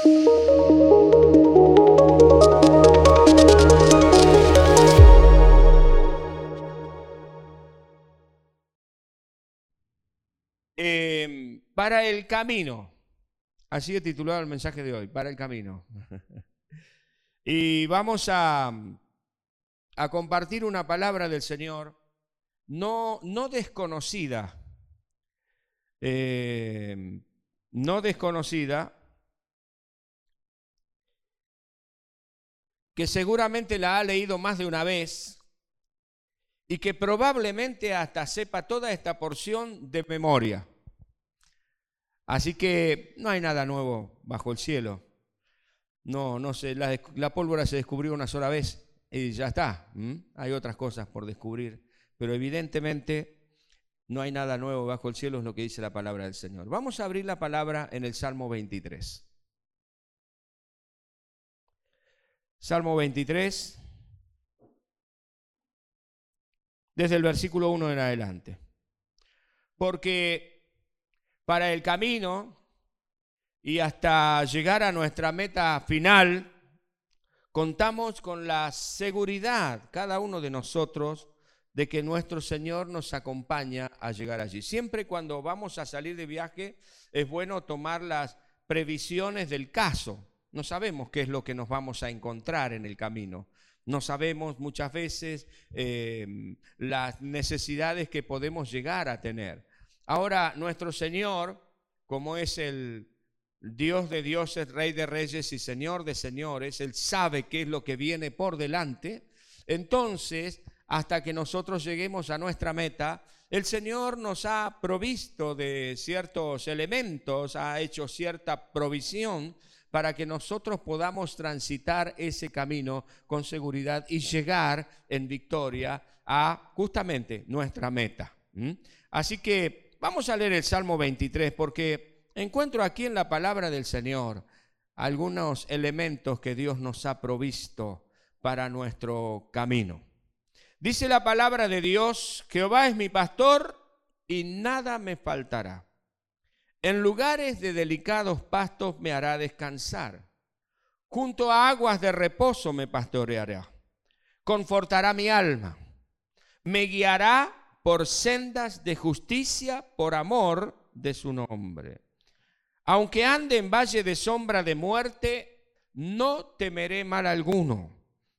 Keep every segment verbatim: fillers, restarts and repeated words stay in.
Eh, para el camino. Así he titulado el mensaje de hoy, para el camino. Y vamos a, a compartir una palabra del Señor, no, no desconocida, eh, no desconocida, que seguramente la ha leído más de una vez y que probablemente hasta sepa toda esta porción de memoria. Así que no hay nada nuevo bajo el cielo. No, no sé, la, la pólvora se descubrió una sola vez y ya está. ¿Mm? Hay otras cosas por descubrir, pero evidentemente no hay nada nuevo bajo el cielo, es lo que dice la palabra del Señor. Vamos a abrir la palabra en el Salmo veintitrés. Salmo veintitrés, desde el versículo uno en adelante. Porque para el camino y hasta llegar a nuestra meta final, contamos con la seguridad, cada uno de nosotros, de que nuestro Señor nos acompaña a llegar allí. Siempre cuando vamos a salir de viaje es bueno tomar las previsiones del caso. No sabemos qué es lo que nos vamos a encontrar en el camino. No sabemos muchas veces eh, las necesidades que podemos llegar a tener. Ahora, nuestro Señor, como es el Dios de dioses, Rey de reyes y Señor de señores, Él sabe qué es lo que viene por delante. Entonces, hasta que nosotros lleguemos a nuestra meta, el Señor nos ha provisto de ciertos elementos, ha hecho cierta provisión para que nosotros podamos transitar ese camino con seguridad y llegar en victoria a justamente nuestra meta. ¿Mm? Así que vamos a leer el Salmo veintitrés porque encuentro aquí en la palabra del Señor algunos elementos que Dios nos ha provisto para nuestro camino. Dice la palabra de Dios: Jehová es mi pastor y nada me faltará. En lugares de delicados pastos me hará descansar. Junto a aguas de reposo me pastoreará. Confortará mi alma. Me guiará por sendas de justicia por amor de su nombre. Aunque ande en valle de sombra de muerte, no temeré mal alguno,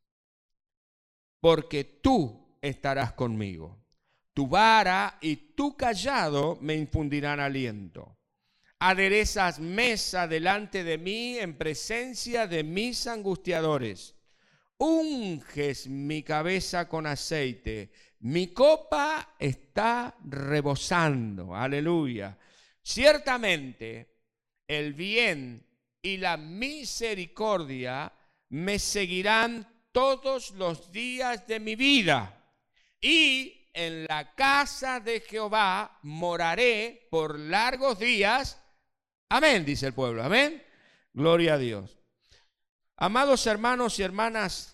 porque tú estarás conmigo. Tu vara y tu cayado me infundirán aliento. Aderezas mesa delante de mí en presencia de mis angustiadores. Unges mi cabeza con aceite. Mi copa está rebosando. Aleluya. Ciertamente el bien y la misericordia me seguirán todos los días de mi vida, y en la casa de Jehová moraré por largos días. Amén, dice el pueblo. Amén. Gloria a Dios. Amados hermanos y hermanas,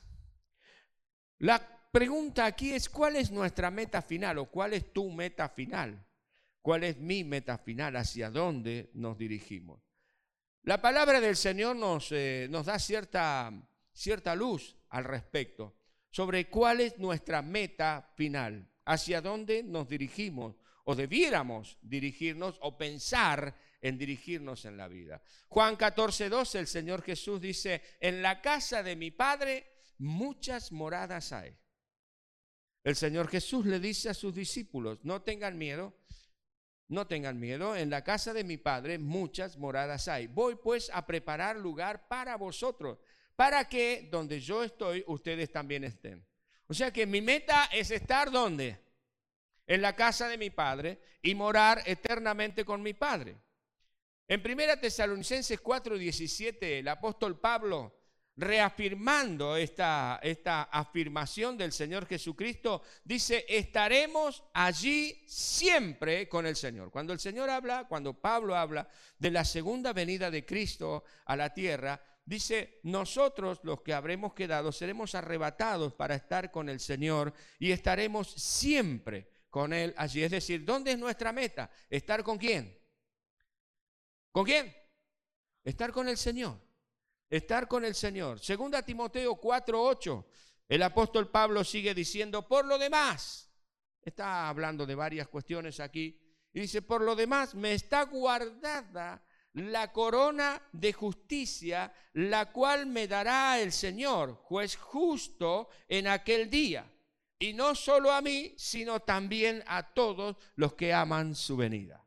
la pregunta aquí es: ¿cuál es nuestra meta final o cuál es tu meta final? ¿Cuál es mi meta final? ¿Hacia dónde nos dirigimos? La palabra del Señor nos, eh, nos da cierta, cierta luz al respecto sobre cuál es nuestra meta final, hacia dónde nos dirigimos o debiéramos dirigirnos o pensar en dirigirnos en la vida. Juan catorce, doce, el Señor Jesús dice: en la casa de mi Padre muchas moradas hay. El Señor Jesús le dice a sus discípulos: no tengan miedo, no tengan miedo, en la casa de mi Padre muchas moradas hay. Voy pues a preparar lugar para vosotros, para que donde yo estoy, ustedes también estén. O sea que mi meta es estar ¿dónde? En la casa de mi Padre y morar eternamente con mi Padre. En primera Tesalonicenses cuatro, diecisiete, el apóstol Pablo, reafirmando esta, esta afirmación del Señor Jesucristo, dice: estaremos allí siempre con el Señor. Cuando el Señor habla, cuando Pablo habla de la segunda venida de Cristo a la tierra, dice: nosotros los que habremos quedado seremos arrebatados para estar con el Señor y estaremos siempre con Él allí. Es decir, ¿dónde es nuestra meta? ¿Estar con quién? ¿Con quién? Estar con el Señor. Estar con el Señor. Segunda Timoteo cuatro, ocho. El apóstol Pablo sigue diciendo, por lo demás, está hablando de varias cuestiones aquí, y dice, por lo demás me está guardada la corona de justicia, la cual me dará el Señor, juez justo en aquel día. Y no solo a mí, sino también a todos los que aman su venida.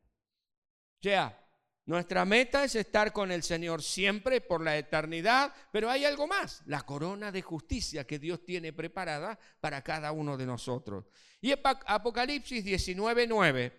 O sea, nuestra meta es estar con el Señor siempre por la eternidad, pero hay algo más, la corona de justicia que Dios tiene preparada para cada uno de nosotros. Y Apocalipsis diecinueve, nueve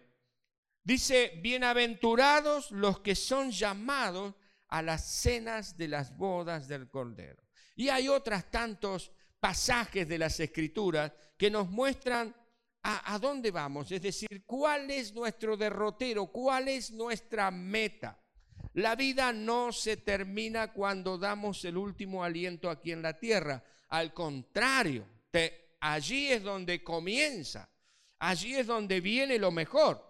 dice, bienaventurados los que son llamados a las cenas de las bodas del Cordero. Y hay otros tantos pasajes de las Escrituras que nos muestran a, a dónde vamos, es decir, cuál es nuestro derrotero, cuál es nuestra meta. La vida no se termina cuando damos el último aliento aquí en la tierra, al contrario, te, allí es donde comienza, allí es donde viene lo mejor.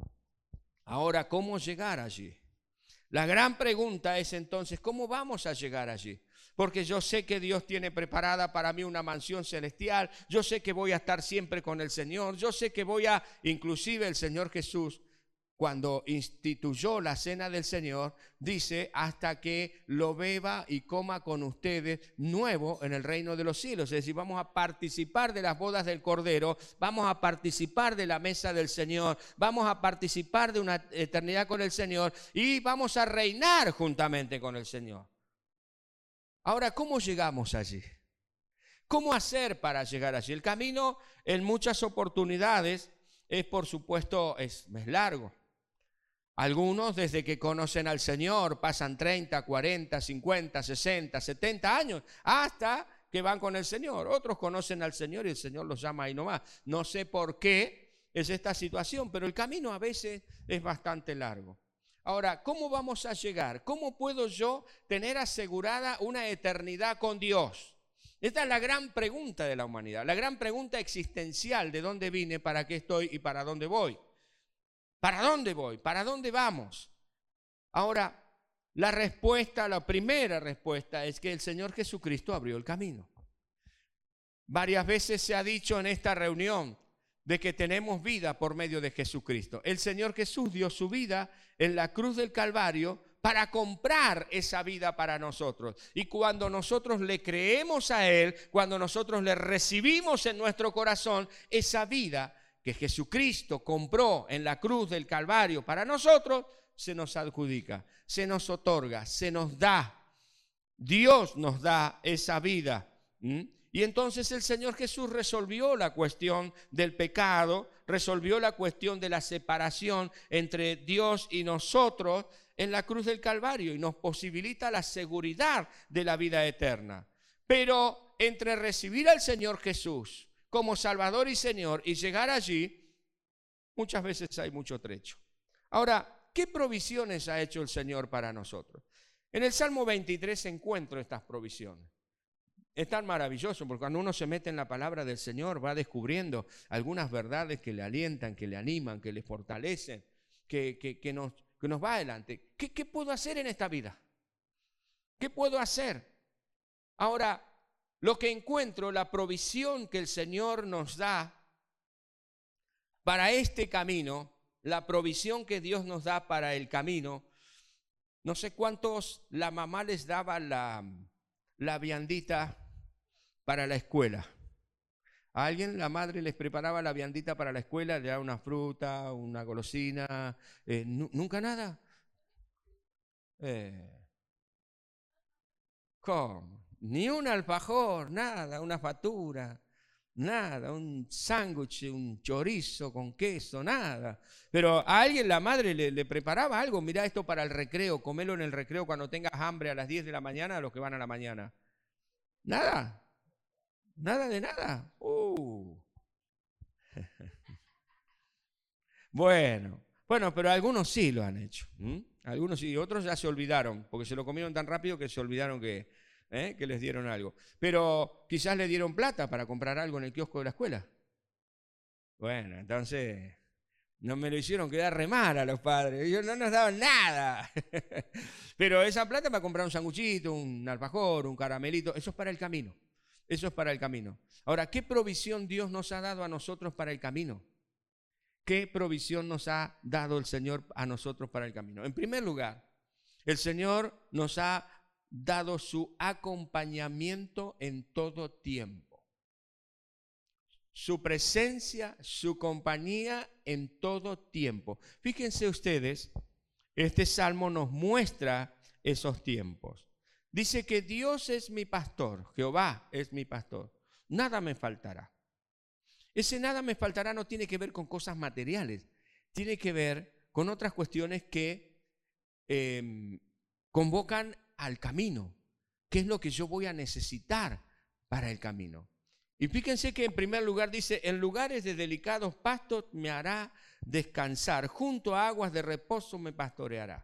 Ahora, ¿cómo llegar allí? La gran pregunta es entonces, ¿cómo vamos a llegar allí? Porque yo sé que Dios tiene preparada para mí una mansión celestial, yo sé que voy a estar siempre con el Señor, yo sé que voy a, inclusive el Señor Jesús, cuando instituyó la cena del Señor, dice, hasta que lo beba y coma con ustedes nuevo en el reino de los cielos. Es decir, vamos a participar de las bodas del Cordero, vamos a participar de la mesa del Señor, vamos a participar de una eternidad con el Señor y vamos a reinar juntamente con el Señor. Ahora, ¿cómo llegamos allí? ¿Cómo hacer para llegar allí? El camino en muchas oportunidades es, por supuesto, es, es largo. Algunos desde que conocen al Señor pasan treinta, cuarenta, cincuenta, sesenta, setenta años hasta que van con el Señor. Otros conocen al Señor y el Señor los llama ahí nomás. No sé por qué es esta situación, pero el camino a veces es bastante largo. Ahora, ¿cómo vamos a llegar? ¿Cómo puedo yo tener asegurada una eternidad con Dios? Esta es la gran pregunta de la humanidad, la gran pregunta existencial, de dónde vine, para qué estoy y para dónde voy. ¿Para dónde voy? ¿Para dónde vamos? Ahora, la respuesta, la primera respuesta es que el Señor Jesucristo abrió el camino. Varias veces se ha dicho en esta reunión de que tenemos vida por medio de Jesucristo. El Señor Jesús dio su vida en la cruz del Calvario para comprar esa vida para nosotros. Y cuando nosotros le creemos a Él, cuando nosotros le recibimos en nuestro corazón, esa vida que Jesucristo compró en la cruz del Calvario para nosotros, se nos adjudica, se nos otorga, se nos da. Dios nos da esa vida. ¿Mm? Y entonces el Señor Jesús resolvió la cuestión del pecado, resolvió la cuestión de la separación entre Dios y nosotros en la cruz del Calvario y nos posibilita la seguridad de la vida eterna. Pero entre recibir al Señor Jesús como Salvador y Señor y llegar allí, muchas veces hay mucho trecho. Ahora, ¿qué provisiones ha hecho el Señor para nosotros? En el Salmo veintitrés encuentro estas provisiones. Es tan maravilloso porque cuando uno se mete en la palabra del Señor va descubriendo algunas verdades que le alientan, que le animan, que le fortalecen, que, que, que, nos, que nos va adelante. ¿Qué, ¿Qué puedo hacer en esta vida? ¿Qué puedo hacer? Ahora, lo que encuentro, la provisión que el Señor nos da para este camino, la provisión que Dios nos da para el camino, no sé cuántos la mamá les daba la, la viandita para la escuela. A alguien la madre les preparaba la viandita para la escuela, le daba una fruta, una golosina, eh, nunca nada. Eh, ¿Cómo? Ni un alfajor, nada, una factura, nada, un sándwich, un chorizo con queso, nada. Pero a alguien la madre le, le preparaba algo, mirá esto para el recreo, comelo en el recreo cuando tengas hambre a las diez de la mañana, a los que van a la mañana. Nada. Nada de nada. Uh. Bueno, bueno, pero algunos sí lo han hecho. ¿Mm? Algunos sí, otros ya se olvidaron, porque se lo comieron tan rápido que se olvidaron que, ¿eh? que les dieron algo. Pero quizás le dieron plata para comprar algo en el kiosco de la escuela. Bueno, entonces No me lo hicieron quedar re mal a los padres. Ellos no nos daban nada. Pero esa plata para comprar un sanguchito, un alfajor, un caramelito, eso es para el camino. Eso es para el camino. Ahora, ¿qué provisión Dios nos ha dado a nosotros para el camino? ¿Qué provisión nos ha dado el Señor a nosotros para el camino? En primer lugar, el Señor nos ha dado su acompañamiento en todo tiempo. Su presencia, su compañía en todo tiempo. Fíjense ustedes, este salmo nos muestra esos tiempos. Dice que Dios es mi pastor, Jehová es mi pastor, nada me faltará. Ese nada me faltará no tiene que ver con cosas materiales, tiene que ver con otras cuestiones que eh, convocan al camino. ¿Qué es lo que yo voy a necesitar para el camino? Y fíjense que en primer lugar dice, en lugares de delicados pastos me hará descansar, junto a aguas de reposo me pastoreará.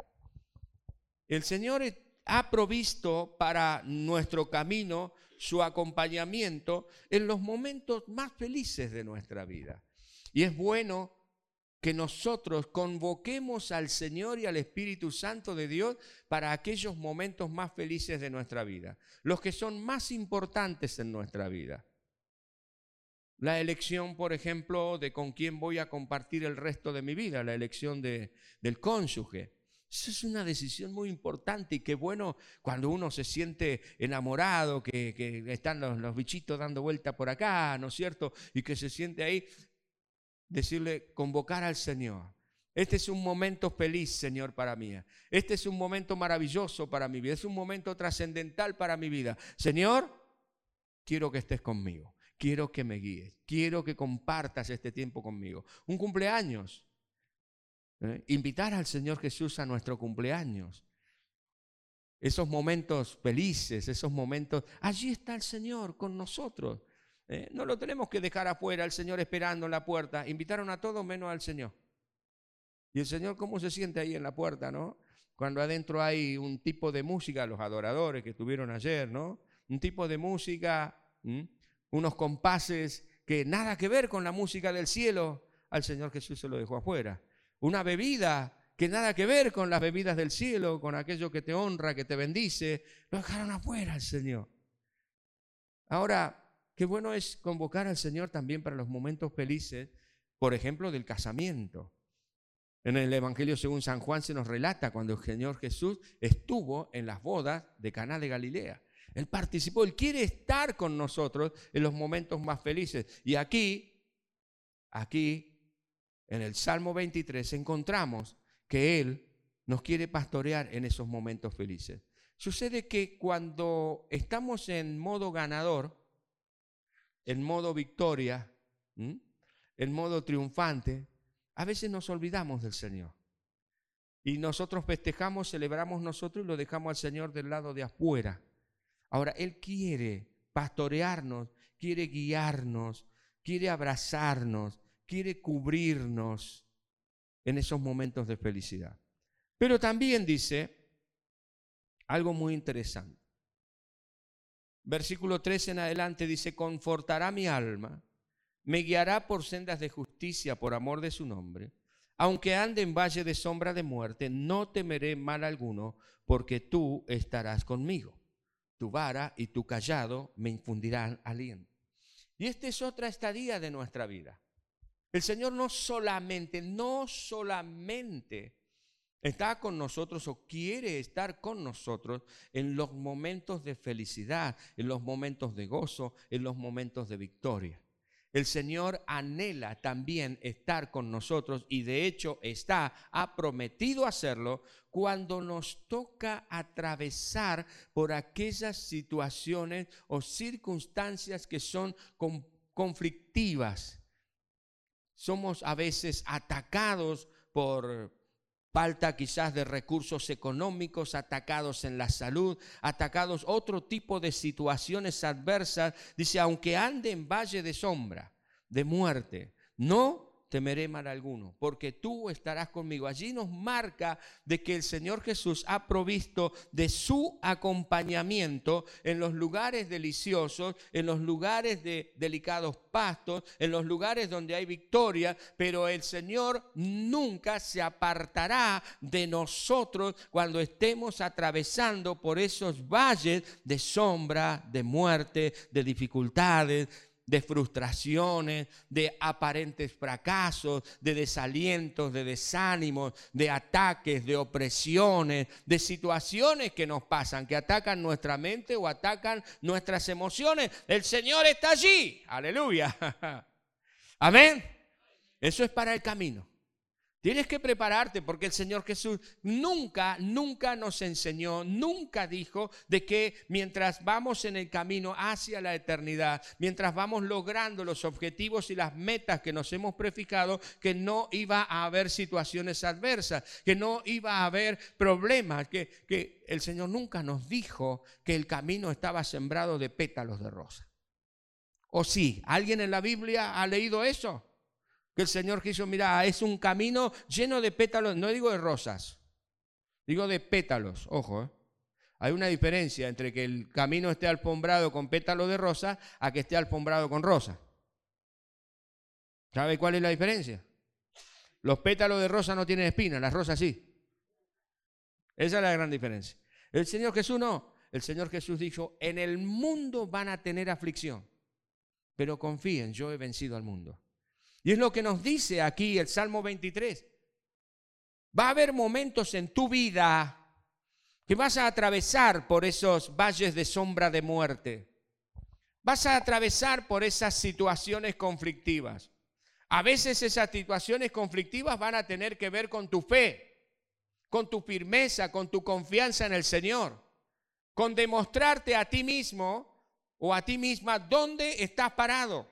El Señor ha provisto para nuestro camino su acompañamiento en los momentos más felices de nuestra vida. Y es bueno que nosotros convoquemos al Señor y al Espíritu Santo de Dios para aquellos momentos más felices de nuestra vida, los que son más importantes en nuestra vida. La elección, por ejemplo, de con quién voy a compartir el resto de mi vida, la elección de, del cónyuge. Eso es una decisión muy importante y qué bueno cuando uno se siente enamorado, que, que están los, los bichitos dando vuelta por acá, ¿no es cierto? Y que se siente ahí, decirle, convocar al Señor. Este es un momento feliz, Señor, para mí. Este es un momento maravilloso para mi vida. Es un momento trascendental para mi vida. Señor, quiero que estés conmigo. Quiero que me guíes, quiero que compartas este tiempo conmigo. Un cumpleaños, ¿eh? Invitar al Señor Jesús a nuestro cumpleaños. Esos momentos felices, esos momentos, allí está el Señor con nosotros. ¿eh? No lo tenemos que dejar afuera, el Señor esperando en la puerta. Invitaron a todos menos al Señor. Y el Señor, ¿cómo se siente ahí en la puerta, no? Cuando adentro hay un tipo de música, los adoradores que estuvieron ayer, ¿no? Un tipo de música... ¿m? Unos compases que nada que ver con la música del cielo, al Señor Jesús se lo dejó afuera. Una bebida que nada que ver con las bebidas del cielo, con aquello que te honra, que te bendice, lo dejaron afuera al Señor. Ahora, qué bueno es convocar al Señor también para los momentos felices, por ejemplo, del casamiento. En el Evangelio según San Juan se nos relata cuando el Señor Jesús estuvo en las bodas de Caná de Galilea. Él participó, Él quiere estar con nosotros en los momentos más felices. Y aquí, aquí, en el Salmo veintitrés, encontramos que Él nos quiere pastorear en esos momentos felices. Sucede que cuando estamos en modo ganador, en modo victoria, ¿m? en modo triunfante, a veces nos olvidamos del Señor. Y nosotros festejamos, celebramos nosotros y lo dejamos al Señor del lado de afuera. Ahora, Él quiere pastorearnos, quiere guiarnos, quiere abrazarnos, quiere cubrirnos en esos momentos de felicidad. Pero también dice algo muy interesante. Versículo trece en adelante dice, confortará mi alma, me guiará por sendas de justicia por amor de su nombre. Aunque ande en valle de sombra de muerte, no temeré mal alguno, porque tú estarás conmigo. Tu vara y tu cayado me infundirán aliento. Y esta es otra estadía de nuestra vida. El Señor no solamente, no solamente está con nosotros o quiere estar con nosotros en los momentos de felicidad, en los momentos de gozo, en los momentos de victoria. El Señor anhela también estar con nosotros y de hecho está, ha prometido hacerlo cuando nos toca atravesar por aquellas situaciones o circunstancias que son conflictivas. Somos a veces atacados por falta quizás de recursos económicos, atacados en la salud, atacados otro tipo de situaciones adversas. Dice, aunque ande en valle de sombra, de muerte, no temeré mal alguno, porque tú estarás conmigo. Allí nos marca de que el Señor Jesús ha provisto de su acompañamiento en los lugares deliciosos, en los lugares de delicados pastos, en los lugares donde hay victoria, pero el Señor nunca se apartará de nosotros cuando estemos atravesando por esos valles de sombra, de muerte, de dificultades, de frustraciones, de aparentes fracasos, de desalientos, de desánimos, de ataques, de opresiones, de situaciones que nos pasan, que atacan nuestra mente o atacan nuestras emociones. El Señor está allí. Aleluya. Amén. Eso es para el camino. Tienes que prepararte porque el Señor Jesús nunca, nunca nos enseñó, nunca dijo de que mientras vamos en el camino hacia la eternidad, mientras vamos logrando los objetivos y las metas que nos hemos prefijado, que no iba a haber situaciones adversas, que no iba a haber problemas, que, que el Señor nunca nos dijo que el camino estaba sembrado de pétalos de rosa. ¿O sí? ¿Alguien en la Biblia ha leído eso? Que el Señor quiso, mira, es un camino lleno de pétalos, no digo de rosas, digo de pétalos, ojo, ¿eh? Hay una diferencia entre que el camino esté alfombrado con pétalos de rosa a que esté alfombrado con rosa. ¿Sabe cuál es la diferencia? Los pétalos de rosa no tienen espinas, las rosas sí. Esa es la gran diferencia. El Señor Jesús no, el Señor Jesús dijo, en el mundo van a tener aflicción, pero confíen, yo he vencido al mundo. Y es lo que nos dice aquí el Salmo veintitrés. Va a haber momentos en tu vida que vas a atravesar por esos valles de sombra de muerte. Vas a atravesar por esas situaciones conflictivas. A veces esas situaciones conflictivas van a tener que ver con tu fe, con tu firmeza, con tu confianza en el Señor, con demostrarte a ti mismo o a ti misma dónde estás parado.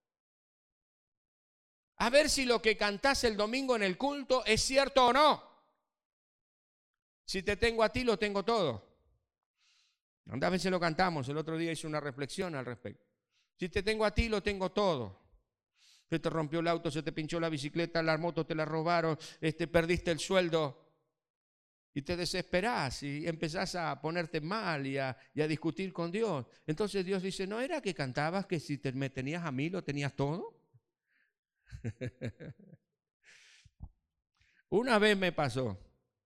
A ver si lo que cantaste el domingo en el culto es cierto o no. Si te tengo a ti, lo tengo todo. A veces lo cantamos, el otro día hice una reflexión al respecto. Si te tengo a ti, lo tengo todo. Se te rompió el auto, se te pinchó la bicicleta, la moto te la robaron, este, perdiste el sueldo. Y te desesperás y empezás a ponerte mal y a, y a discutir con Dios. Entonces Dios dice, ¿no era que cantabas que si te, me tenías a mí, lo tenías todo? Una vez me pasó,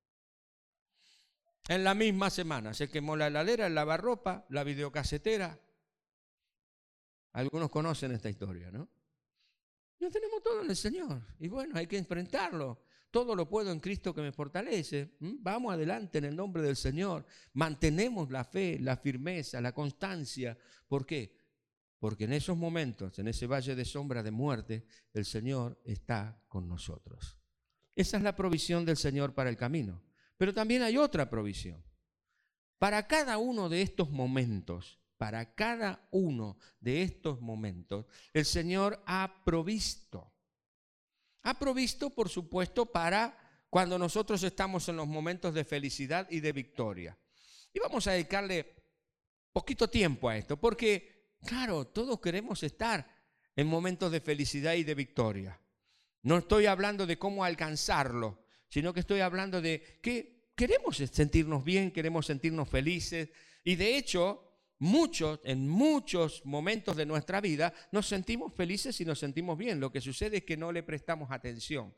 en la misma semana, se quemó la heladera, el lavarropa, la videocasetera. Algunos conocen esta historia, ¿no? Ya tenemos todo en el Señor y bueno, hay que enfrentarlo. Todo lo puedo en Cristo que me fortalece. ¿Mm? Vamos adelante en el nombre del Señor. Mantenemos la fe, la firmeza, la constancia. ¿Por qué? Porque en esos momentos, en ese valle de sombra de muerte, el Señor está con nosotros. Esa es la provisión del Señor para el camino. Pero también hay otra provisión. Para cada uno de estos momentos, para cada uno de estos momentos, el Señor ha provisto. Ha provisto, por supuesto, para cuando nosotros estamos en los momentos de felicidad y de victoria. Y vamos a dedicarle poquito tiempo a esto, porque claro, todos queremos estar en momentos de felicidad y de victoria. No estoy hablando de cómo alcanzarlo, sino que estoy hablando de que queremos sentirnos bien, queremos sentirnos felices. Y de hecho, muchos, en muchos momentos de nuestra vida, nos sentimos felices y nos sentimos bien. Lo que sucede es que no le prestamos atención.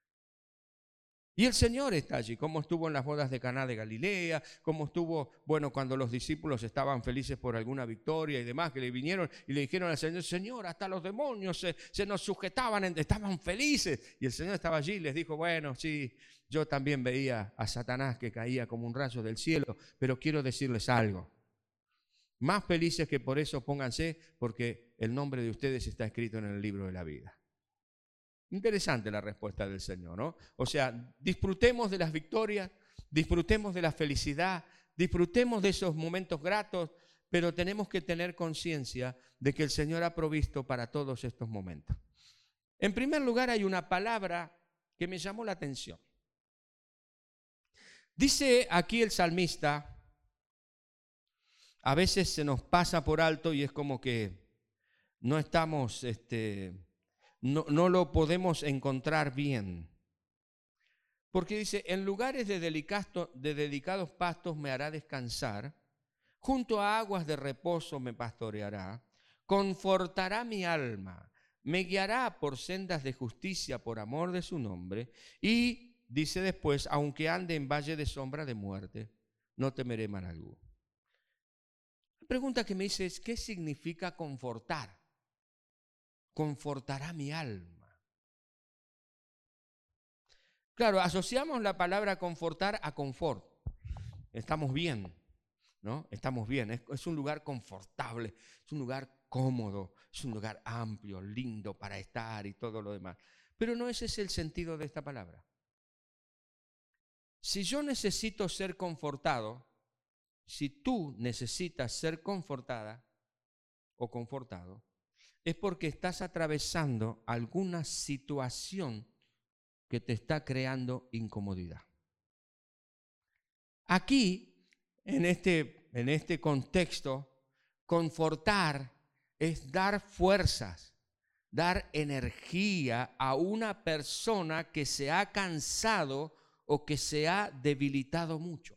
Y el Señor está allí, como estuvo en las bodas de Caná de Galilea, como estuvo, bueno, cuando los discípulos estaban felices por alguna victoria y demás, que le vinieron y le dijeron al Señor, Señor, hasta los demonios se, se nos sujetaban, estaban felices. Y el Señor estaba allí y les dijo, bueno, sí, yo también veía a Satanás que caía como un rayo del cielo, pero quiero decirles algo. Más felices que por eso pónganse, porque el nombre de ustedes está escrito en el libro de la vida. Interesante la respuesta del Señor, ¿no? O sea, disfrutemos de las victorias, disfrutemos de la felicidad, disfrutemos de esos momentos gratos, pero tenemos que tener conciencia de que el Señor ha provisto para todos estos momentos. En primer lugar, hay una palabra que me llamó la atención. Dice aquí el salmista, a veces se nos pasa por alto y es como que no estamos... este no, no lo podemos encontrar bien. Porque dice, en lugares de, delicados, de delicados pastos me hará descansar, junto a aguas de reposo me pastoreará, confortará mi alma, me guiará por sendas de justicia por amor de su nombre, y dice después, aunque ande en valle de sombra de muerte, no temeré mal alguno. La pregunta que me hice es, ¿qué significa confortar? Confortará mi alma. Claro, asociamos la palabra confortar a confort. Estamos bien, ¿no? Estamos bien. Es, es un lugar confortable, es un lugar cómodo, es un lugar amplio, lindo para estar y todo lo demás. Pero no ese es el sentido de esta palabra. Si yo necesito ser confortado, si tú necesitas ser confortada o confortado, es porque estás atravesando alguna situación que te está creando incomodidad. Aquí, en este, en este contexto, confortar es dar fuerzas, dar energía a una persona que se ha cansado o que se ha debilitado mucho.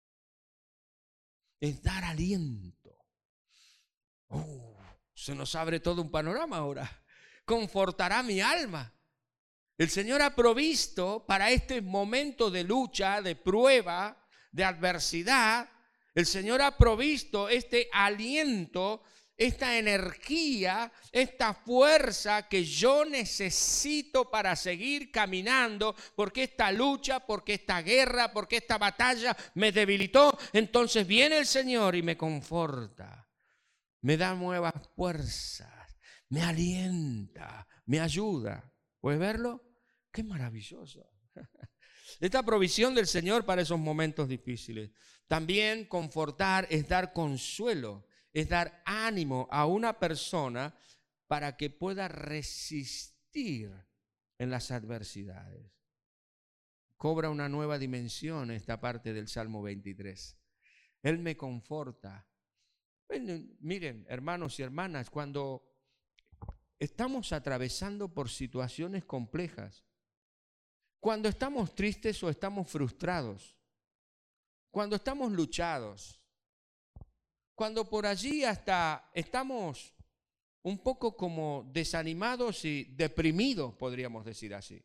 Es dar aliento. Oh, se nos abre todo un panorama ahora. Confortará mi alma. El Señor ha provisto para este momento de lucha, de prueba, de adversidad. El Señor ha provisto este aliento, esta energía, esta fuerza que yo necesito para seguir caminando, porque esta lucha, porque esta guerra, porque esta batalla me debilitó. Entonces viene el Señor y me conforta, me da nuevas fuerzas, me alienta, me ayuda. ¿Puedes verlo? ¡Qué maravilloso! Esta provisión del Señor para esos momentos difíciles. También confortar es dar consuelo, es dar ánimo a una persona para que pueda resistir en las adversidades. Cobra una nueva dimensión esta parte del Salmo veintitrés. Él me conforta. Miren, hermanos y hermanas, cuando estamos atravesando por situaciones complejas, cuando estamos tristes o estamos frustrados, cuando estamos luchados, cuando por allí hasta estamos un poco como desanimados y deprimidos, podríamos decir así,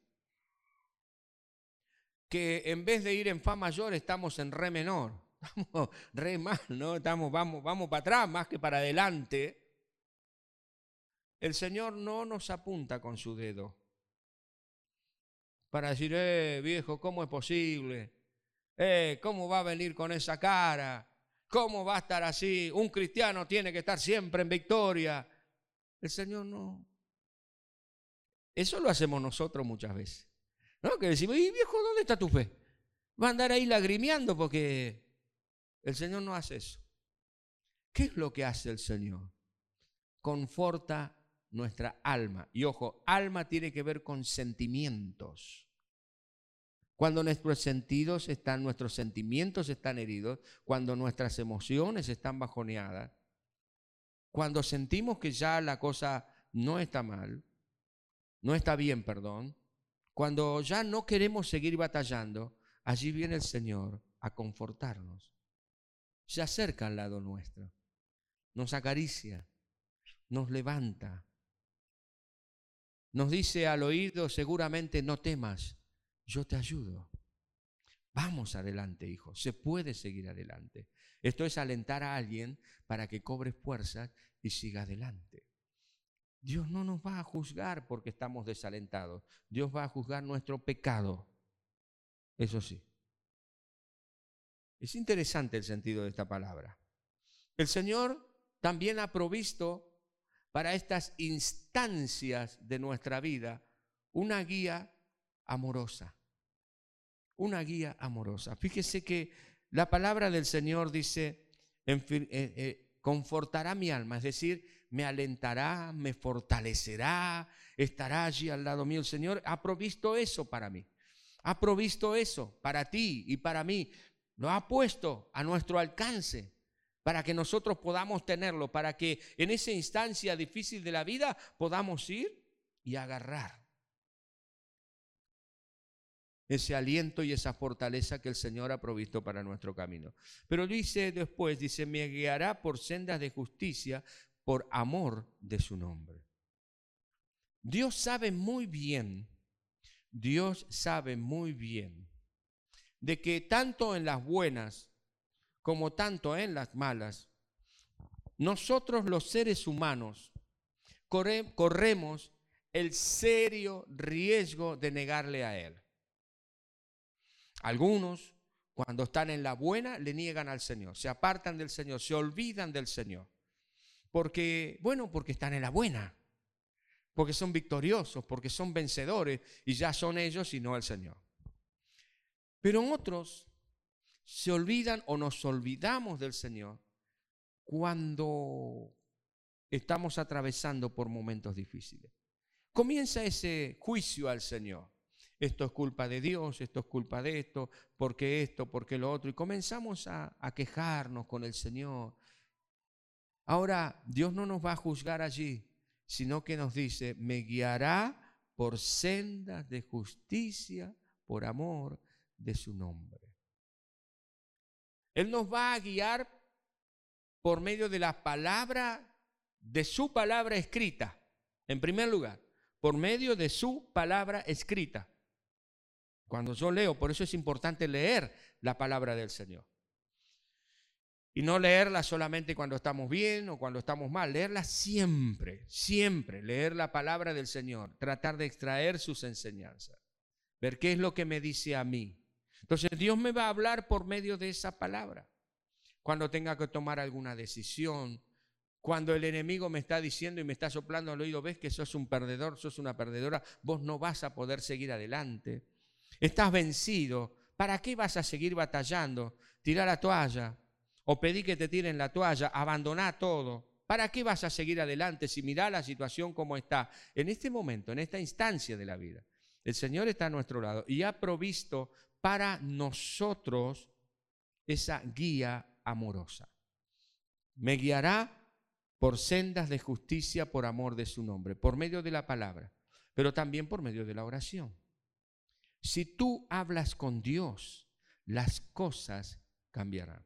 que en vez de ir en fa mayor estamos en re menor, estamos re mal, ¿no? Estamos, vamos, vamos para atrás más que para adelante. El Señor no nos apunta con su dedo para decir, eh, viejo, ¿cómo es posible? Eh, ¿cómo va a venir con esa cara? ¿Cómo va a estar así? Un cristiano tiene que estar siempre en victoria. El Señor no. Eso lo hacemos nosotros muchas veces, ¿no? Que decimos, y viejo, ¿dónde está tu fe? Va a andar ahí lagrimeando porque el Señor no hace eso. ¿Qué es lo que hace el Señor? Conforta nuestra alma. Y ojo, alma tiene que ver con sentimientos. Cuando nuestros sentidos están, nuestros sentimientos están heridos, cuando nuestras emociones están bajoneadas, cuando sentimos que ya la cosa no está mal, no está bien, perdón, cuando ya no queremos seguir batallando, allí viene el Señor a confortarnos. Se acerca al lado nuestro, nos acaricia, nos levanta, nos dice al oído, seguramente no temas, yo te ayudo. Vamos adelante, hijo, se puede seguir adelante. Esto es alentar a alguien para que cobre fuerzas y siga adelante. Dios no nos va a juzgar porque estamos desalentados. Dios va a juzgar nuestro pecado. Eso sí. Es interesante el sentido de esta palabra. El Señor también ha provisto para estas instancias de nuestra vida una guía amorosa. Una guía amorosa. Fíjese que la palabra del Señor dice, en, eh, eh, confortará mi alma, es decir, me alentará, me fortalecerá, estará allí al lado mío. El Señor ha provisto eso para mí, ha provisto eso para ti y para mí, lo ha puesto a nuestro alcance para que nosotros podamos tenerlo, para que en esa instancia difícil de la vida podamos ir y agarrar ese aliento y esa fortaleza que el Señor ha provisto para nuestro camino. Pero dice después, dice, me guiará por sendas de justicia por amor de su nombre. Dios sabe muy bien, Dios sabe muy bien de que tanto en las buenas como tanto en las malas, nosotros los seres humanos corre, corremos el serio riesgo de negarle a Él. Algunos, cuando están en la buena, le niegan al Señor, se apartan del Señor, se olvidan del Señor. Porque, bueno, porque están en la buena, porque son victoriosos, porque son vencedores y ya son ellos y no el Señor. Pero otros se olvidan o nos olvidamos del Señor cuando estamos atravesando por momentos difíciles. Comienza ese juicio al Señor. Esto es culpa de Dios, esto es culpa de esto, porque esto, porque lo otro. Y comenzamos a, a quejarnos con el Señor. Ahora, Dios no nos va a juzgar allí, sino que nos dice, me guiará por sendas de justicia, por amor de su nombre. Él nos va a guiar por medio de la palabra, de su palabra escrita, en primer lugar, por medio de su palabra escrita. Cuando yo leo, por eso es importante leer la palabra del Señor. Y no leerla solamente cuando estamos bien o cuando estamos mal, leerla siempre, siempre, leer la palabra del Señor, tratar de extraer sus enseñanzas, ver qué es lo que me dice a mí. Entonces Dios me va a hablar por medio de esa palabra. Cuando tenga que tomar alguna decisión, cuando el enemigo me está diciendo y me está soplando al oído, ves que sos un perdedor, sos una perdedora, vos no vas a poder seguir adelante. Estás vencido, ¿para qué vas a seguir batallando? Tirá la toalla o pedí que te tiren la toalla, abandoná todo. ¿Para qué vas a seguir adelante si mirá la situación como está? En este momento, en esta instancia de la vida, el Señor está a nuestro lado y ha provisto para nosotros esa guía amorosa. Me guiará por sendas de justicia por amor de su nombre, por medio de la palabra, pero también por medio de la oración. Si tú hablas con Dios, las cosas cambiarán.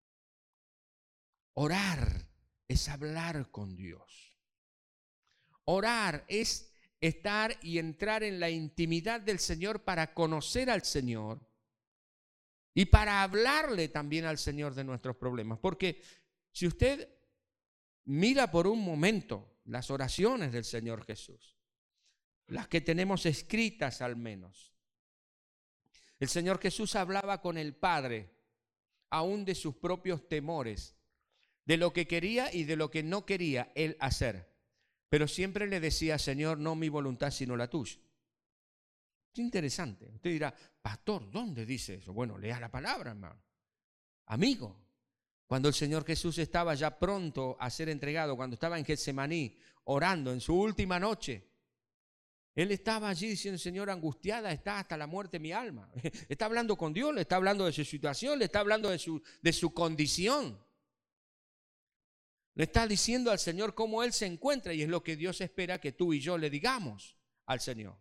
Orar es hablar con Dios. Orar es estar y entrar en la intimidad del Señor para conocer al Señor y para hablarle también al Señor de nuestros problemas. Porque si usted mira por un momento las oraciones del Señor Jesús, las que tenemos escritas al menos, el Señor Jesús hablaba con el Padre aún de sus propios temores, de lo que quería y de lo que no quería Él hacer. Pero siempre le decía, Señor, no mi voluntad sino la tuya. Es interesante. Usted dirá, pastor, ¿dónde dice eso? Bueno, lea la palabra, hermano. Amigo, cuando el Señor Jesús estaba ya pronto a ser entregado, cuando estaba en Getsemaní, orando en su última noche, Él estaba allí diciendo, Señor, angustiada está hasta la muerte mi alma. Está hablando con Dios, le está hablando de su situación, le está hablando de su, de su condición. Le está diciendo al Señor cómo Él se encuentra y es lo que Dios espera que tú y yo le digamos al Señor.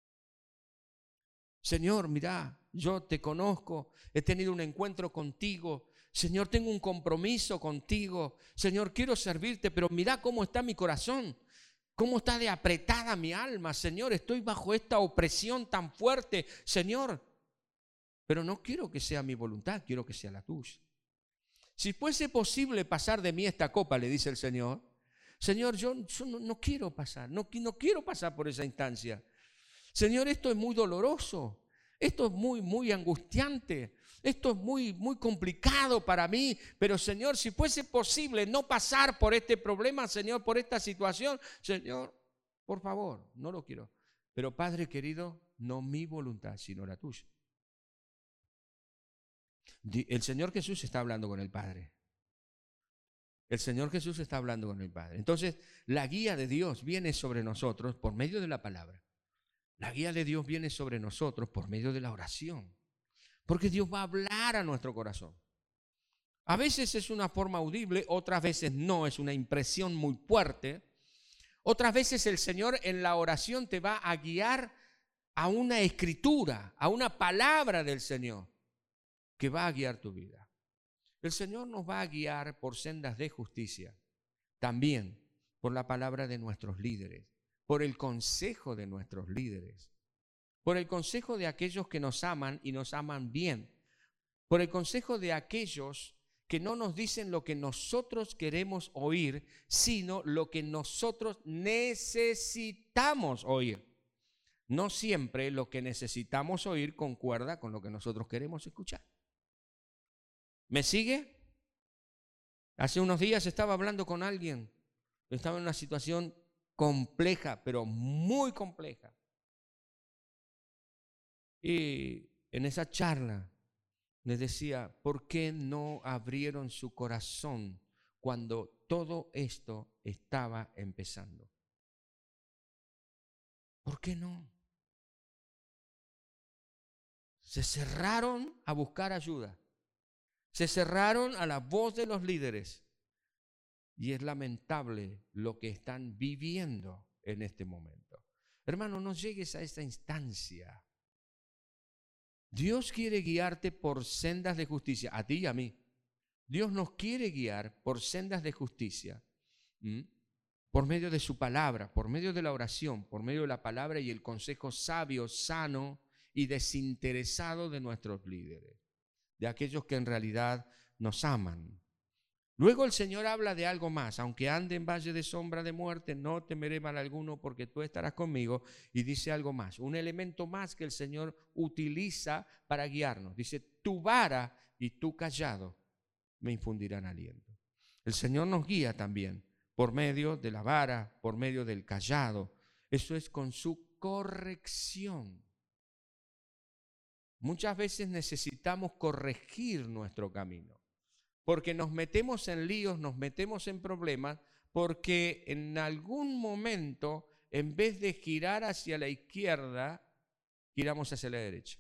Señor, mira, yo te conozco, he tenido un encuentro contigo. Señor, tengo un compromiso contigo. Señor, quiero servirte, pero mira cómo está mi corazón. Cómo está de apretada mi alma, Señor, estoy bajo esta opresión tan fuerte, Señor. Pero no quiero que sea mi voluntad, quiero que sea la tuya. Si fuese posible pasar de mí esta copa, le dice el Señor, Señor, yo, yo no, no quiero pasar, no, no quiero pasar por esa instancia. Señor, esto es muy doloroso, esto es muy, muy angustiante, esto es muy, muy complicado para mí, pero Señor, si fuese posible no pasar por este problema, Señor, por esta situación, Señor, por favor, no lo quiero. Pero Padre querido, no mi voluntad, sino la tuya. El Señor Jesús está hablando con el Padre. El Señor Jesús está hablando con el Padre. Entonces, la guía de Dios viene sobre nosotros por medio de la palabra. La guía de Dios viene sobre nosotros por medio de la oración. Porque Dios va a hablar a nuestro corazón. A veces es una forma audible, otras veces no, es una impresión muy fuerte. Otras veces el Señor en la oración te va a guiar a una escritura, a una palabra del Señor que va a guiar tu vida. El Señor nos va a guiar por sendas de justicia, también por la palabra de nuestros líderes, por el consejo de nuestros líderes, por el consejo de aquellos que nos aman y nos aman bien, por el consejo de aquellos que no nos dicen lo que nosotros queremos oír, sino lo que nosotros necesitamos oír. No siempre lo que necesitamos oír concuerda con lo que nosotros queremos escuchar. ¿Me sigue? Hace unos días estaba hablando con alguien, estaba en una situación compleja, pero muy compleja. Y en esa charla les decía, ¿por qué no abrieron su corazón cuando todo esto estaba empezando? ¿Por qué no? Se cerraron a buscar ayuda. Se cerraron a la voz de los líderes. Y es lamentable lo que están viviendo en este momento. Hermano, no llegues a esta instancia. Dios quiere guiarte por sendas de justicia, a ti y a mí. Dios nos quiere guiar por sendas de justicia, ¿m? por medio de su palabra, por medio de la oración, por medio de la palabra y el consejo sabio, sano y desinteresado de nuestros líderes, de aquellos que en realidad nos aman. Luego el Señor habla de algo más. Aunque ande en valle de sombra de muerte, no temeré mal alguno porque tú estarás conmigo. Y dice algo más, un elemento más que el Señor utiliza para guiarnos. Dice, tu vara y tu callado me infundirán aliento. El Señor nos guía también por medio de la vara, por medio del callado. Eso es con su corrección. Muchas veces necesitamos corregir nuestro camino. Porque nos metemos en líos, nos metemos en problemas, porque en algún momento, en vez de girar hacia la izquierda, giramos hacia la derecha.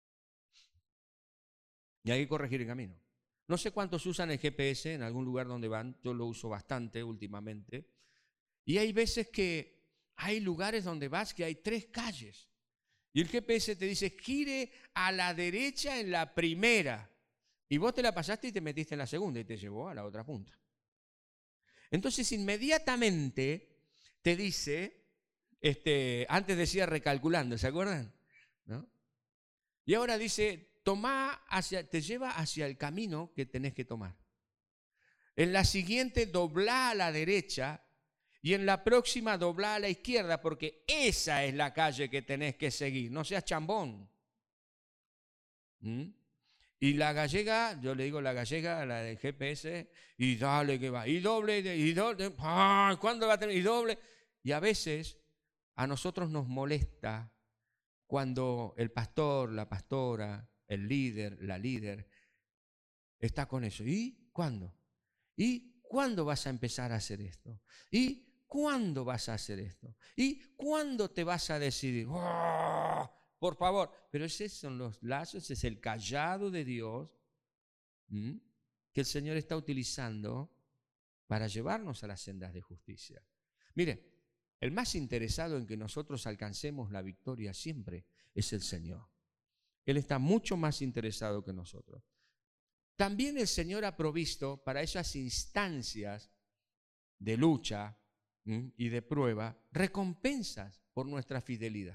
Y hay que corregir el camino. No sé cuántos usan el G P S en algún lugar donde van, yo lo uso bastante últimamente. Y hay veces que hay lugares donde vas que hay tres calles. Y el G P S te dice, gire a la derecha en la primera. Y vos te la pasaste y te metiste en la segunda y te llevó a la otra punta. Entonces inmediatamente te dice, este, antes decía recalculando, ¿se acuerdan? ¿No? Y ahora dice, toma hacia, te lleva hacia el camino que tenés que tomar. En la siguiente doblá a la derecha y en la próxima doblá a la izquierda porque esa es la calle que tenés que seguir. No seas chambón. ¿Mm? Y la gallega, yo le digo la gallega, la del G P S, y dale que va, y doble, y doble, ¡ah! ¿Cuándo va a tener? Y doble. Y a veces a nosotros nos molesta cuando el pastor, la pastora, el líder, la líder, está con eso. ¿Y cuándo? ¿Y cuándo vas a empezar a hacer esto? ¿Y cuándo vas a hacer esto? ¿Y cuándo te vas a decidir? ¡Oh! Por favor, pero esos son los lazos, ese es el callado de Dios ¿m? que el Señor está utilizando para llevarnos a las sendas de justicia. Mire, el más interesado en que nosotros alcancemos la victoria siempre es el Señor. Él está mucho más interesado que nosotros. También el Señor ha provisto para esas instancias de lucha ¿m? y de prueba recompensas por nuestra fidelidad.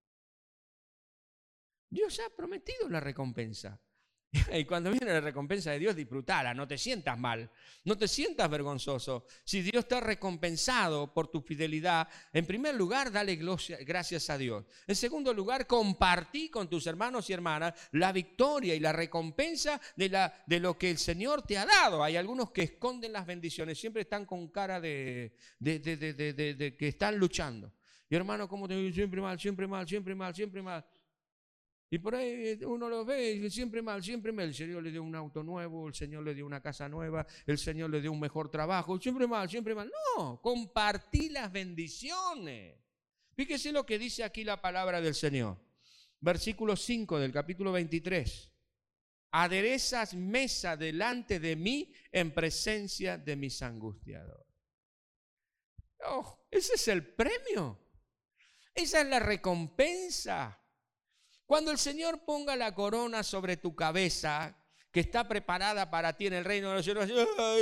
Dios ha prometido la recompensa. Y cuando viene la recompensa de Dios, disfrutala, no te sientas mal, no te sientas vergonzoso. Si Dios te ha recompensado por tu fidelidad, en primer lugar, dale gracias a Dios. En segundo lugar, compartí con tus hermanos y hermanas la victoria y la recompensa de, la, de lo que el Señor te ha dado. Hay algunos que esconden las bendiciones, siempre están con cara de, de, de, de, de, de, de que están luchando. Y hermano, ¿cómo te digo? Siempre mal, siempre mal, siempre mal, siempre mal. Y por ahí uno lo ve y siempre mal, siempre mal. El Señor le dio un auto nuevo, el Señor le dio una casa nueva, el Señor le dio un mejor trabajo, siempre mal, siempre mal. No, compartí las bendiciones. Fíjese lo que dice aquí la palabra del Señor. Versículo cinco del capítulo veintitrés. Aderezas mesa delante de mí en presencia de mis angustiadores. Oh, ese es el premio. Esa es la recompensa. Cuando el Señor ponga la corona sobre tu cabeza, que está preparada para ti en el reino de los cielos,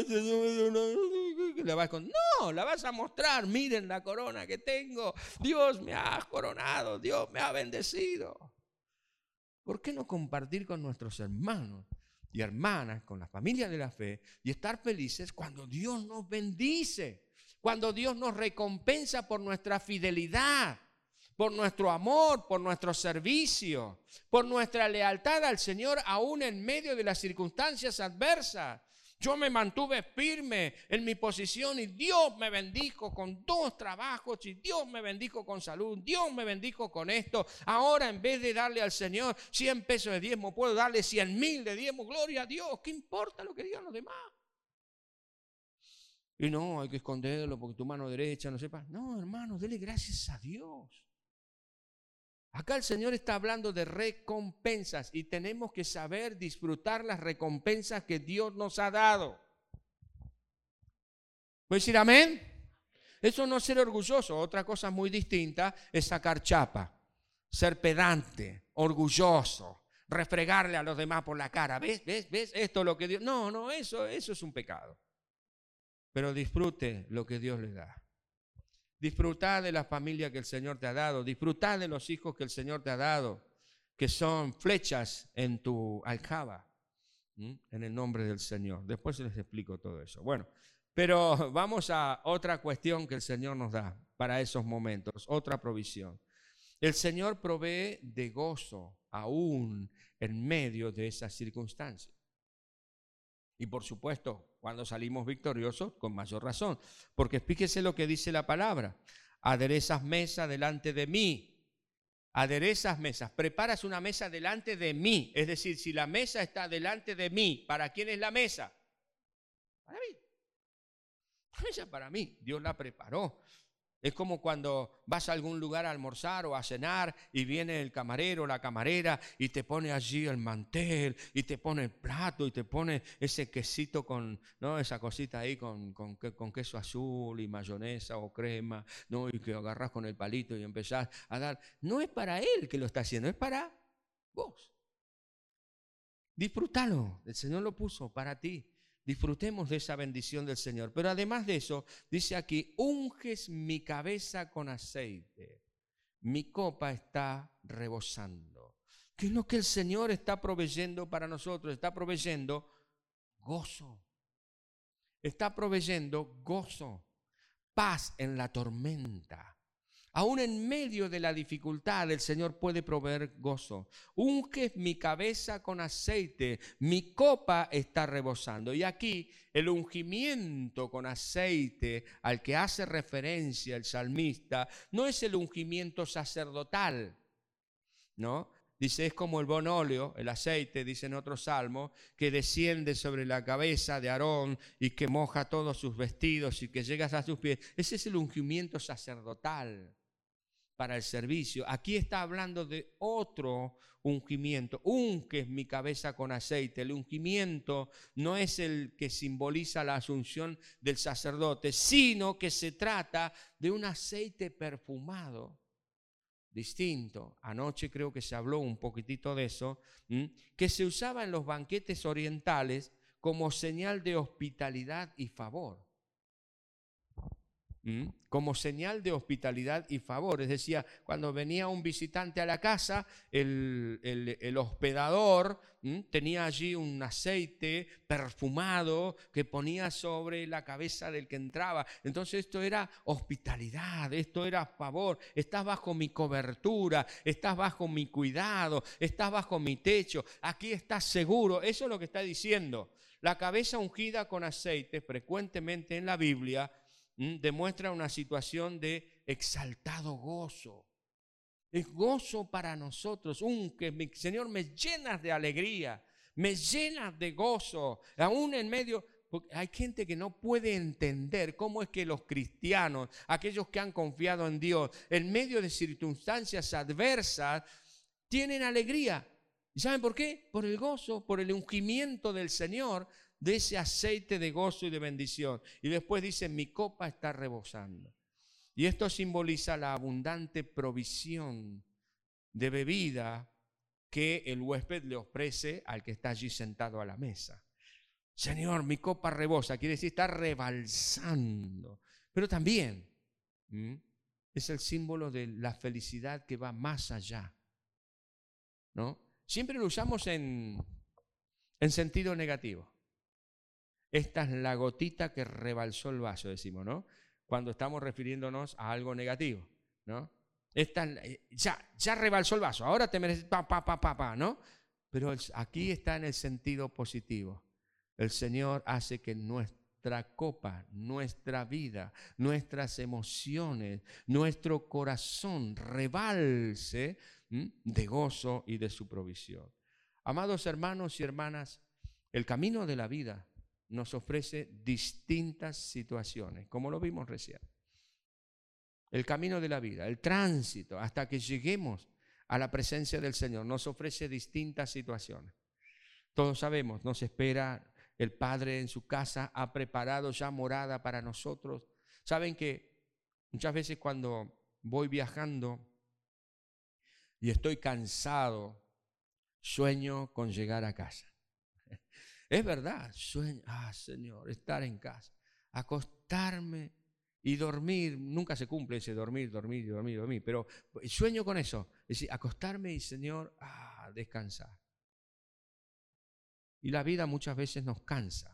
la vas con... no, la vas a mostrar. Miren la corona que tengo. Dios me ha coronado, Dios me ha bendecido. ¿Por qué no compartir con nuestros hermanos y hermanas, con la familia de la fe, y estar felices cuando Dios nos bendice, cuando Dios nos recompensa por nuestra fidelidad, por nuestro amor, por nuestro servicio, por nuestra lealtad al Señor aún en medio de las circunstancias adversas? Yo me mantuve firme en mi posición y Dios me bendijo con dos trabajos y Dios me bendijo con salud, Dios me bendijo con esto. Ahora en vez de darle al Señor cien pesos de diezmo, puedo darle cien mil de diezmo. Gloria a Dios, ¿qué importa lo que digan los demás? Y no, hay que esconderlo porque tu mano derecha no sepa. No, hermano, dele gracias a Dios. Acá el Señor está hablando de recompensas y tenemos que saber disfrutar las recompensas que Dios nos ha dado. ¿Puedo decir amén? Eso no es ser orgulloso. Otra cosa muy distinta es sacar chapa, ser pedante, orgulloso, refregarle a los demás por la cara. ¿Ves? ¿Ves? ¿Ves? Esto es lo que Dios... No, no, eso, eso es un pecado. Pero disfrute lo que Dios le da. Disfrutá de la familia que el Señor te ha dado. Disfrutá de los hijos que el Señor te ha dado, que son flechas en tu aljaba, ¿Mm? en el nombre del Señor. Después les explico todo eso. Bueno, pero vamos a otra cuestión que el Señor nos da para esos momentos, otra provisión. El Señor provee de gozo aún en medio de esas circunstancias. Y por supuesto, cuando salimos victoriosos, con mayor razón. Porque fíjese lo que dice la palabra. Aderezas mesa delante de mí. Aderezas mesas. Preparas una mesa delante de mí. Es decir, si la mesa está delante de mí, ¿para quién es la mesa? Para mí. La mesa para mí. Dios la preparó. Es como cuando vas a algún lugar a almorzar o a cenar y viene el camarero o la camarera y te pone allí el mantel y te pone el plato y te pone ese quesito con, ¿no? Esa cosita ahí con, con, con queso azul y mayonesa o crema, ¿no? Y que agarras con el palito y empezás a dar. No es para él que lo está haciendo, es para vos. Disfrútalo, el Señor lo puso para ti. Disfrutemos de esa bendición del Señor. Pero además de eso, dice aquí, unges mi cabeza con aceite. Mi copa está rebosando. ¿Qué es lo que el Señor está proveyendo para nosotros? Está proveyendo gozo. Está proveyendo gozo. Paz en la tormenta. Aún en medio de la dificultad, el Señor puede proveer gozo. Unges mi cabeza con aceite, mi copa está rebosando. Y aquí el ungimiento con aceite al que hace referencia el salmista no es el ungimiento sacerdotal, ¿no? Dice, es como el bon óleo, el aceite, dice en otro salmo, que desciende sobre la cabeza de Aarón y que moja todos sus vestidos y que llega hasta sus pies. Ese es el ungimiento sacerdotal para el servicio. Aquí está hablando de otro ungimiento. Unges mi cabeza con aceite. El ungimiento no es el que simboliza la asunción del sacerdote, sino que se trata de un aceite perfumado. Distinto. Anoche creo que se habló un poquitito de eso, ¿m? que se usaba en los banquetes orientales como señal de hospitalidad y favor. ¿Mm? Como señal de hospitalidad y favor. Es decir, cuando venía un visitante a la casa, el, el, el hospedador ¿m? tenía allí un aceite perfumado que ponía sobre la cabeza del que entraba. Entonces esto era hospitalidad, esto era favor. Estás bajo mi cobertura, estás bajo mi cuidado, estás bajo mi techo, aquí estás seguro. Eso es lo que está diciendo. La cabeza ungida con aceite, frecuentemente en la Biblia, demuestra una situación de exaltado gozo. Es gozo para nosotros. Un que mi Señor me llenas de alegría, me llenas de gozo, aún en medio. Porque hay gente que no puede entender cómo es que los cristianos, aquellos que han confiado en Dios, en medio de circunstancias adversas, tienen alegría. ¿Y saben por qué? Por el gozo, por el ungimiento del Señor, de ese aceite de gozo y de bendición. Y después dice, mi copa está rebosando. Y esto simboliza la abundante provisión de bebida que el huésped le ofrece al que está allí sentado a la mesa. Señor, mi copa rebosa, quiere decir está rebalsando. Pero también ¿m? es el símbolo de la felicidad que va más allá, ¿no? Siempre lo usamos en, en sentido negativo. Esta es la gotita que rebalsó el vaso, decimos, ¿no? Cuando estamos refiriéndonos a algo negativo, ¿no? Esta, ya, ya rebalsó el vaso, ahora te mereces, pa, pa, pa, pa, pa, ¿no? Pero aquí está en el sentido positivo. El Señor hace que nuestra copa, nuestra vida, nuestras emociones, nuestro corazón rebalse ¿m? de gozo y de su provisión. Amados hermanos y hermanas, el camino de la vida nos ofrece distintas situaciones, como lo vimos recién. El camino de la vida, el tránsito, hasta que lleguemos a la presencia del Señor, nos ofrece distintas situaciones. Todos sabemos, nos espera el Padre en su casa, ha preparado ya morada para nosotros. Saben que muchas veces cuando voy viajando y estoy cansado, sueño con llegar a casa. Es verdad, sueño, ah Señor, estar en casa, acostarme y dormir. Nunca se cumple ese dormir, dormir, dormir, dormir, pero sueño con eso, es decir, acostarme y Señor, ah, descansar. Y la vida muchas veces nos cansa.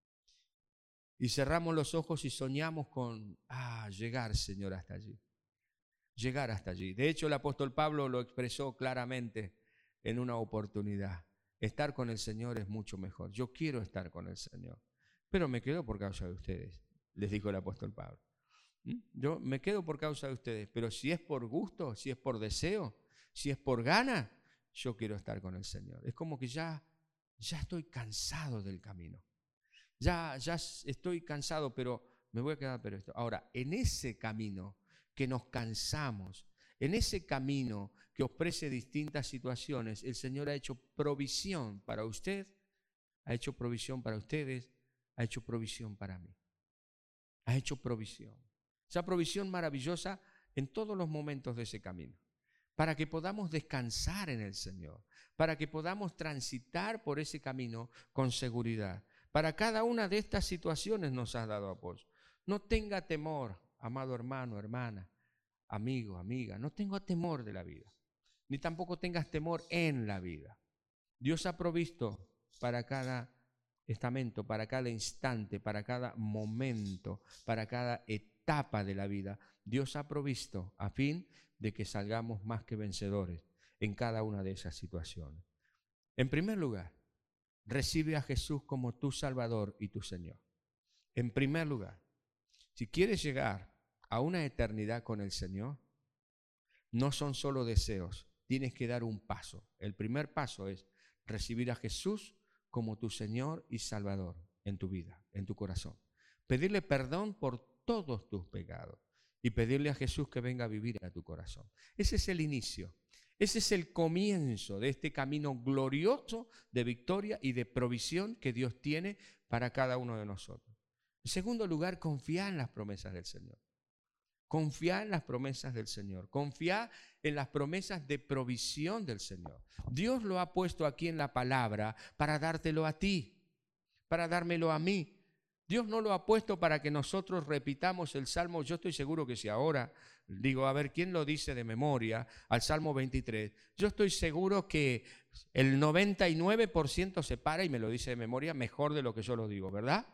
Y cerramos los ojos y soñamos con, ah, llegar, Señor, hasta allí. Llegar hasta allí. De hecho, el apóstol Pablo lo expresó claramente en una oportunidad. Estar con el Señor es mucho mejor. Yo quiero estar con el Señor, pero me quedo por causa de ustedes, les dijo el apóstol Pablo. ¿Mm? Yo me quedo por causa de ustedes, pero si es por gusto, si es por deseo, si es por gana, yo quiero estar con el Señor. Es como que ya, ya estoy cansado del camino. Ya, ya estoy cansado, pero me voy a quedar pero esto. Ahora, en ese camino que nos cansamos, en ese camino que ofrece distintas situaciones, el Señor ha hecho provisión para usted, ha hecho provisión para ustedes, ha hecho provisión para mí. Ha hecho provisión. Esa provisión maravillosa en todos los momentos de ese camino, para que podamos descansar en el Señor, para que podamos transitar por ese camino con seguridad. Para cada una de estas situaciones nos has dado apoyo. No tenga temor, amado hermano, hermana, amigo, amiga, no tenga temor de la vida, ni tampoco tengas temor en la vida. Dios ha provisto para cada estamento, para cada instante, para cada momento, para cada etapa de la vida. Dios ha provisto a fin de que salgamos más que vencedores en cada una de esas situaciones. En primer lugar, recibe a Jesús como tu Salvador y tu Señor. En primer lugar, si quieres llegar a una eternidad con el Señor, no son solo deseos, tienes que dar un paso. El primer paso es recibir a Jesús como tu Señor y Salvador en tu vida, en tu corazón. Pedirle perdón por todos tus pecados y pedirle a Jesús que venga a vivir a tu corazón. Ese es el inicio, ese es el comienzo de este camino glorioso de victoria y de provisión que Dios tiene para cada uno de nosotros. En segundo lugar, confía en las promesas del Señor. Confía en las promesas del Señor. Confía en las promesas de provisión del Señor. Dios lo ha puesto aquí en la palabra para dártelo a ti, para dármelo a mí. Dios no lo ha puesto para que nosotros repitamos el Salmo. Yo estoy seguro que si ahora digo, a ver, ¿quién lo dice de memoria? Al Salmo veintitrés. Yo estoy seguro que el noventa y nueve por ciento se para y me lo dice de memoria mejor de lo que yo lo digo, ¿verdad?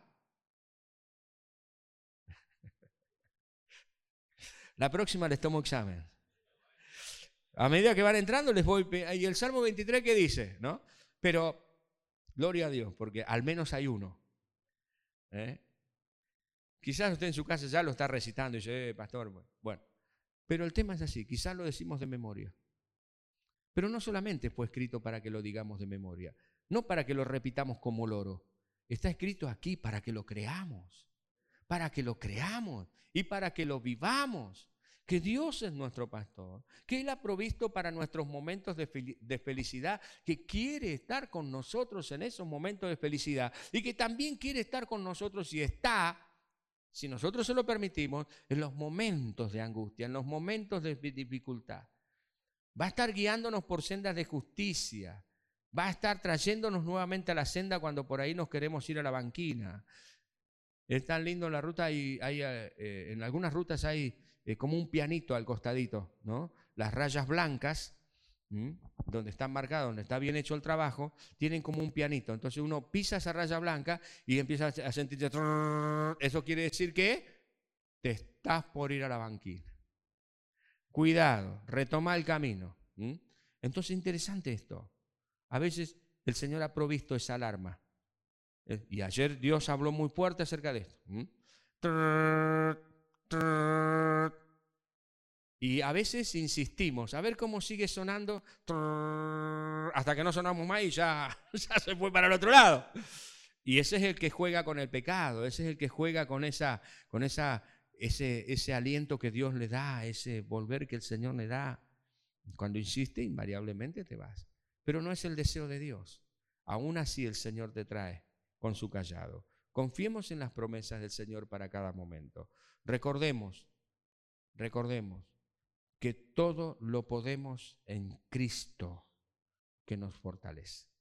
La próxima les tomo examen. A medida que van entrando les voy... Y el Salmo veintitrés, ¿qué dice? ¿No? Pero, gloria a Dios, porque al menos hay uno. ¿Eh? Quizás usted en su casa ya lo está recitando y dice, eh, pastor, bueno. Pero el tema es así, quizás lo decimos de memoria. Pero no solamente fue escrito para que lo digamos de memoria, no para que lo repitamos como loro. Está escrito aquí para que lo creamos, para que lo creamos y para que lo vivamos. Que Dios es nuestro pastor, que Él ha provisto para nuestros momentos de, fel- de felicidad, que quiere estar con nosotros en esos momentos de felicidad y que también quiere estar con nosotros y está Si nosotros se lo permitimos, en los momentos de angustia, en los momentos de dificultad, va a estar guiándonos por sendas de justicia. Va a estar trayéndonos nuevamente a la senda cuando por ahí nos queremos ir a la banquina. Es tan lindo en la ruta, hay, hay, eh, en algunas rutas hay eh, como un pianito al costadito, ¿no? Las rayas blancas, ¿m? Donde están marcadas, donde está bien hecho el trabajo, tienen como un pianito. Entonces uno pisa esa raya blanca y empieza a sentir... Eso quiere decir que te estás por ir a la banquina. Cuidado, retoma el camino. ¿m? Entonces, interesante esto. A veces el Señor ha provisto esa alarma. Y ayer Dios habló muy fuerte acerca de esto. ¿m? Y a veces insistimos, a ver cómo sigue sonando, hasta que no sonamos más y ya, ya se fue para el otro lado. Y ese es el que juega con el pecado, ese es el que juega con, esa, con esa, ese, ese aliento que Dios le da, ese volver que el Señor le da. Cuando insiste, invariablemente te vas. Pero no es el deseo de Dios. Aún así el Señor te trae con su callado. Confiemos en las promesas del Señor para cada momento. Recordemos, recordemos que todo lo podemos en Cristo que nos fortalece.